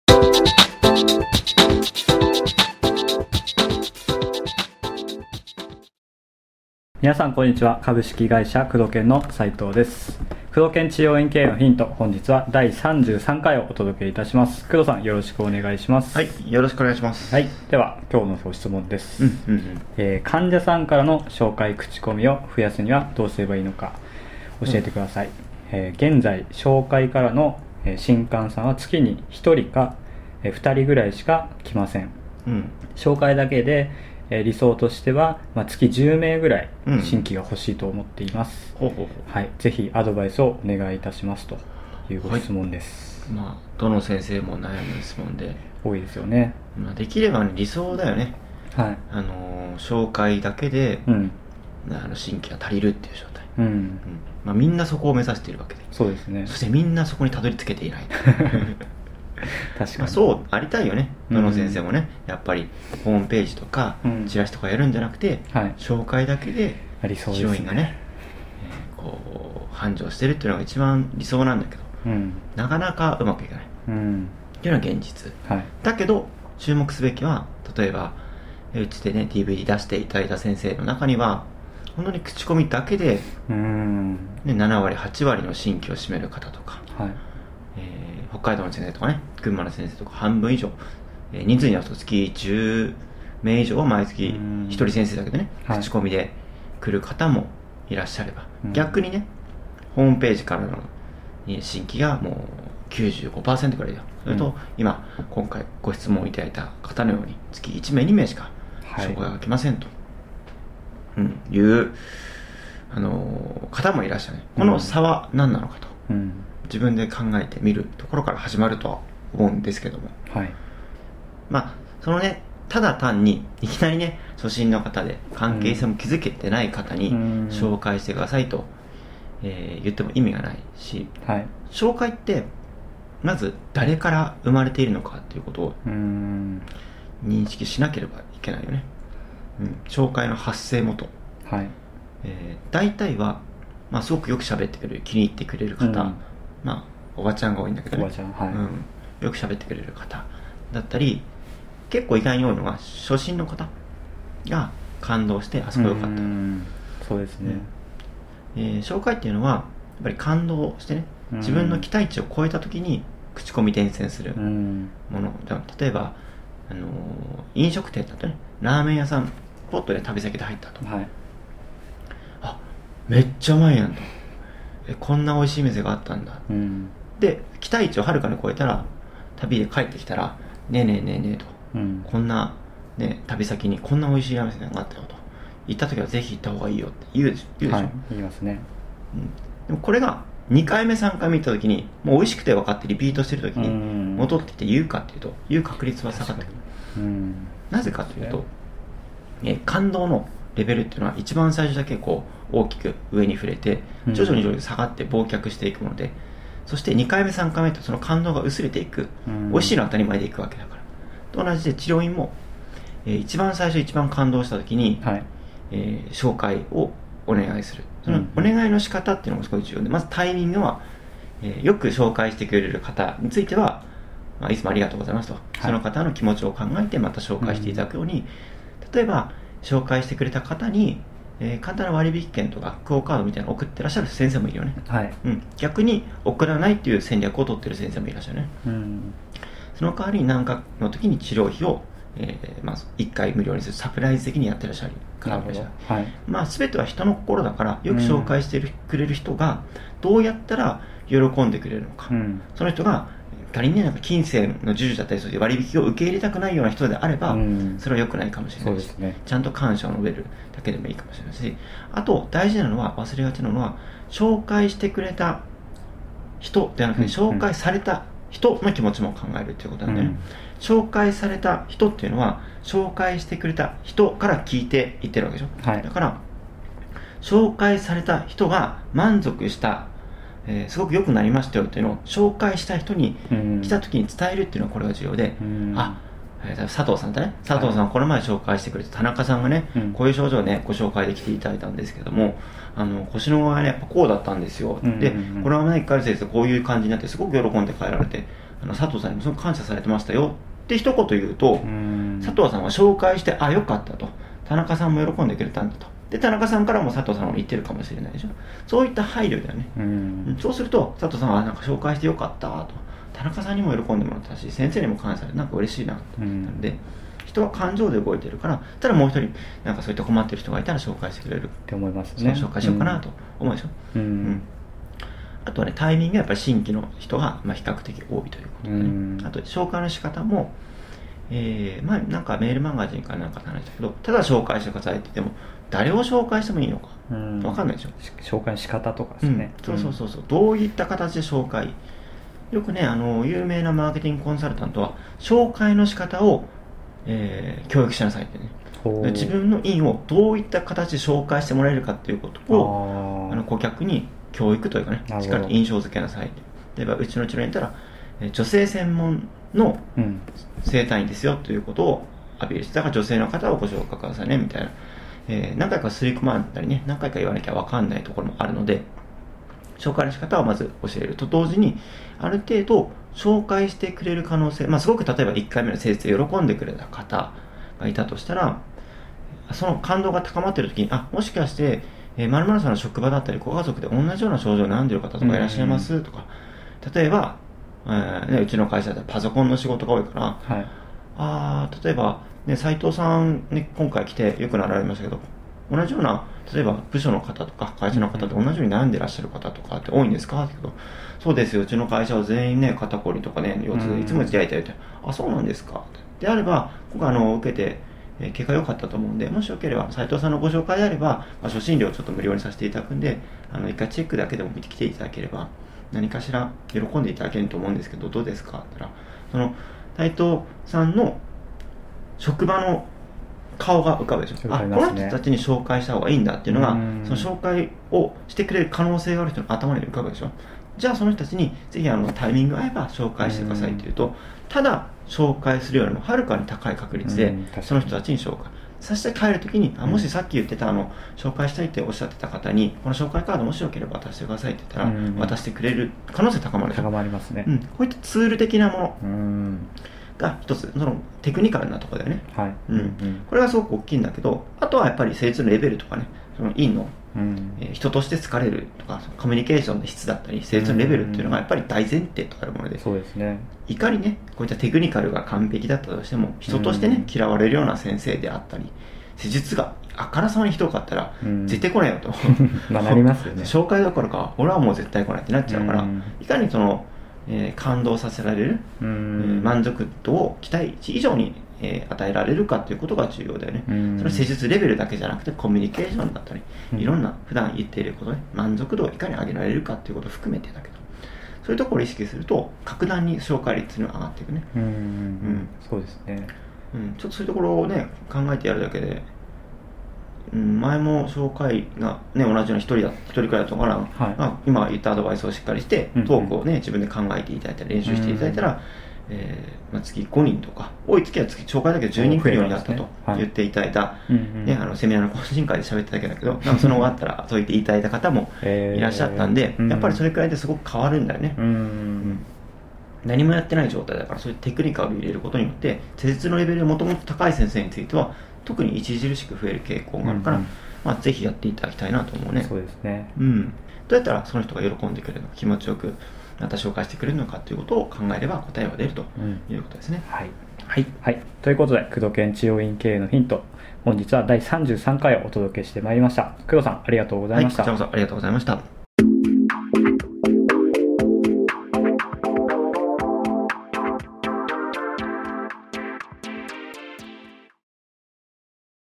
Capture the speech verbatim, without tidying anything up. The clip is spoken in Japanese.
皆さんこんにちは。株式会社工藤研の斉藤です。工藤研治療院経営のヒント、本日はだいさんじゅうさんかいをお届けいたします。工藤さん、よろしくお願いします。 はい、よろしくお願いします。 はい、では今日のご質問です。 うんうんうんえー、患者さんからの紹介口コミを増やすにはどうすればいいのか教えてください。うんえー、現在紹介からの新患さんは月にひとりかふたりぐらいしか来ません。 うん、 紹介だけで理想としては、まあ、月じゅうめいぐらい新規が欲しいと思っています。 うん、ほうほうほうはい、ぜひアドバイスをお願いいたしますというご質問です。 はい、まあ、どの先生も悩む質問で多いですよね。 まあ、できれば、ね、理想だよね。 はい、 あのー、紹介だけで、うん、あの新規が足りるっていう状態、うんうんまあ、みんなそこを目指しているわけで、 そうですね。 そしてみんなそこにたどり着けていない確かに、 まあ、そうありたいよね。どの先生もね、うん、やっぱりホームページとか、うん、チラシとかやるんじゃなくて、はい、紹介だけで治療院がね、えー、こう繁盛してるっていうのが一番理想なんだけど、うん、なかなかうまくいかない、うん、っていうのが現実、はい、だけど注目すべきは、例えばうちでね ディーブイディー 出していただいた先生の中には本当に口コミだけで、うんね、ななわりはちわりの新規を占める方とか、はいえー、北海道の先生とかね、群馬の先生とか半分以上、えー、人数に合わせると月じゅうめい以上は毎月ひとり先生だけでね、口コミで来る方もいらっしゃれば、はい、逆にねホームページからの新規がもう きゅうじゅうごパーセント くらいだよ。それと、うん、今今回ご質問いただいた方のように月いちめいにめいしか紹介が来ませんと、はいうん、いう、あのー、方もいらっしゃる、ね、この差は何なのかと、うん、自分で考えてみるところから始まるとは思うんですけども、はい、まあそのねただ単にいきなりね初心の方で関係性も築けてない方に紹介してくださいと、えー、言っても意味がないし、はい、紹介ってまず誰から生まれているのかということを認識しなければいけないよね、うん、紹介の発生元、はいえー、大体は、まあ、すごくよく喋ってくれる、気に入ってくれる方、うん、まあおばちゃんが多いんだけどね、おばちゃん、はいうん、よく喋ってくれる方だったり、結構意外に多いのが初心の方が感動してあそこよかった、うんそうですね、 うんえー、紹介っていうのはやっぱり感動してね、自分の期待値を超えた時に口コミ伝染するもの、例えば、あのー、飲食店だとね、ラーメン屋さんポットで旅先で入ったと、はい、あめっちゃうまいやんと、えこんな美味しい店があったんだ、うん、で期待値をはるかに超えたら旅で帰ってきたらねえねえねえねえと、うん、こんな、ね、旅先にこんな美味しいラーメン屋があったよと、行った時はぜひ行った方がいいよって言うでしょ、言うでしょ、はい、 言いますね、 うん、でもこれがにかいめさんかいめ行った時にもう美味しくて分かってリピートしてる時に戻ってきて言うかっていうと、言う確率は下がってくる、うん、なぜかというと、え感動のレベルっていうのは一番最初だけこう大きく上に触れて徐々に徐々に下がって忘却していくもので、そしてにかいめさんかいめとその感動が薄れていく、うん、美味しいのは当たり前でいくわけだから、と同じで治療院も、えー、一番最初一番感動した時に、はいえー、紹介をお願いする、そのお願いの仕方っていうのがすごい重要で、まずタイミングは、えー、よく紹介してくれる方については、まあ、いつもありがとうございますと、はい、その方の気持ちを考えてまた紹介していただくように、うん、例えば紹介してくれた方に、えー、簡単な割引券とかクオカードみたいなのを送ってらっしゃる先生もいるよね、はいうん、逆に送らないっていう戦略を取ってる先生もいらっしゃるね、うん、その代わりに何かの時に治療費をえーまあ、いっかい無料にするサプライズ的にやってらっしゃる方もいらっしゃる、はいまあ、全ては人の心だから、よく紹介してる、うん、くれる人がどうやったら喜んでくれるのか、うん、その人が仮に、ね、なんか金銭の授受だったりそういう割引を受け入れたくないような人であれば、うん、それは良くないかもしれないし、ね、ちゃんと感謝を述べるだけでもいいかもしれないし、あと大事なのは、忘れがちなのは紹介してくれた人ではなくて、紹介された人の気持ちも考えるということなんだよね、うん、紹介された人っていうのは紹介してくれた人から聞いていってるわけでしょ、はい、だから紹介された人が満足した、えー、すごく良くなりましたよっていうのを紹介した人に来た時に伝えるっていうのはこれが重要で、うん、あ佐藤さんだね、佐藤さんはこの前紹介してくれた田中さんがね、はい、こういう症状で、ね、ご紹介できていただいたんですけども、あの腰の具合がねやっぱこうだったんですよ、うんうんうん、でこれはねいっかいせいでこういう感じになってすごく喜んで帰られて、 あの佐藤さんにもすごく感謝されてましたよって一言言うと、 うん、 佐藤さんは紹介して、あ、よかったと、田中さんも喜んでくれたんだと、で田中さんからも佐藤さんも言ってるかもしれないでしょ。そういった配慮だよね、 うん、 そうすると佐藤さんはなんか紹介してよかったと、田中さんにも喜んでもらったし先生にも感謝されてなんか嬉しいなと、うん、なので人は感情で動いてるから、ただもう一人なんかそういった困ってる人がいたら紹介してくれるって思いますね。 紹介しようかなと思うでしょ、うんうん、あとはねタイミングがやっぱり新規の人がまあ比較的多いということで、ね、うん、あと紹介の仕方も、えー、前なんかメールマガジンかなんかで話したけど、ただ紹介してくださいって言っても誰を紹介してもいいのか分かんないでしょ。 紹介の仕方とかですね、 うん、そうそうそうそう、どういった形で紹介、よくねあの有名なマーケティングコンサルタントは紹介の仕方を、えー、教育しなさいってね、自分の印をどういった形で紹介してもらえるかっていうことを あ, あの顧客に教育というかね、しっかりと印象付けなさい。例えばうちの治療院だったら、えー、女性専門の整体院ですよということをアピールして、だから女性の方をご紹介くださいねみたいな、えー、何回か刷り込まれたりね、何回か言わなきゃ分かんないところもあるので、紹介の仕方をまず教えると同時に、ある程度紹介してくれる可能性、まあ、すごく例えばいっかいめの施術で喜んでくれた方がいたとしたら、その感動が高まっている時に、あ、もしかして、えー、〇〇さんの職場だったりご家族で同じような症状を悩んでいる方とかいらっしゃいますとか、例えば、えーね、うちの会社ではパソコンの仕事が多いから、はい、あ例えば、ね、斉藤さん、ね、今回来てよくなられましたけど、同じような例えば部署の方とか会社の方で同じように悩んでらっしゃる方とかって多いんですかって言うと、そうですよ、うちの会社は全員ね肩こりとかね腰痛でいつも痛い痛いって、あ、そうなんですかであれば、今回あの受けて、えー、結果良かったと思うんで、もしよければ斉藤さんのご紹介であれば、まあ、初診料をちょっと無料にさせていただくんで、あの一回チェックだけでも見てきていただければ何かしら喜んでいただけると思うんですけど、どうですかって言ったら、その斉藤さんの職場の顔が浮かぶでしょ、ね、あ、この人たちに紹介した方がいいんだっていうのが、その紹介をしてくれる可能性がある人の頭に浮かぶでしょ。じゃあその人たちにぜひあのタイミングが合えば紹介してくださいっていうと、ただ紹介するよりもはるかに高い確率でその人たちに紹介させて帰るときに、あ、もしさっき言ってたあの紹介したいっておっしゃってた方にこの紹介カードもしよければ渡してくださいって言ったら、渡してくれる可能性高まるでしょ。 高まりますね、 うん、こういったツール的なもの、うんが一つ、そのテクニカルなところだよね、はい、うんうん、これがすごく大きいんだけど、あとはやっぱり施術のレベルとかね、その院の、うんえー、人として好かれるとか、コミュニケーションの質だったり施術のレベルっていうのがやっぱり大前提となるもので、 そうですね、 いかにねこういったテクニカルが完璧だったとしても、人としてね嫌われるような先生であったり、施術があからさまにひどかったら、うん、絶対来ないよとまあなりますよね紹介どころか俺はもう絶対来ないってなっちゃうから、うん、いかにそのえー、感動させられる、えー、満足度を期待値以上に、えー、与えられるかということが重要だよね。それ施術レベルだけじゃなくてコミュニケーションだったり、いろんな普段言っていることで満足度をいかに上げられるかということを含めてだけど、そういうところを意識すると格段に紹介率が上がっていくね。うん、うん、 そうですね、 うん、ちょっとそういうところをね考えてやるだけで、うん、前も紹介が、ね、同じような一人だ一人くらいだったから、はいまあ、今言ったアドバイスをしっかりして、うんうん、トークを、ね、自分で考えていただいたら練習していただいたら、うんえーまあ、月ごにんとか多い月は月紹介だけでじゅうにん来るようになったと言っていただいた、はいね、あのセミナーの懇親会で喋っただけだけど、なんかその後あったらそう言っていただいた方もいらっしゃったんで、えー、やっぱりそれくらいですごく変わるんだよね、うんうん、何もやってない状態だから、そういうテクニカルを入れることによって施術のレベルがもともと高い先生については特に著しく増える傾向があるから、うんうんまあ、ぜひやっていただきたいなと思うね。 そうですね、 うん、どうやったらその人が喜んでくれるのか、気持ちよくまた紹介してくれるのかということを考えれば答えは出るということですね、うん、はい、 はいはい、ということで工藤研治療院経営のヒント、本日はだいさんじゅうさんかいをお届けしてまいりました。工藤さんありがとうございました。 はい、こちらこそありがとうございました。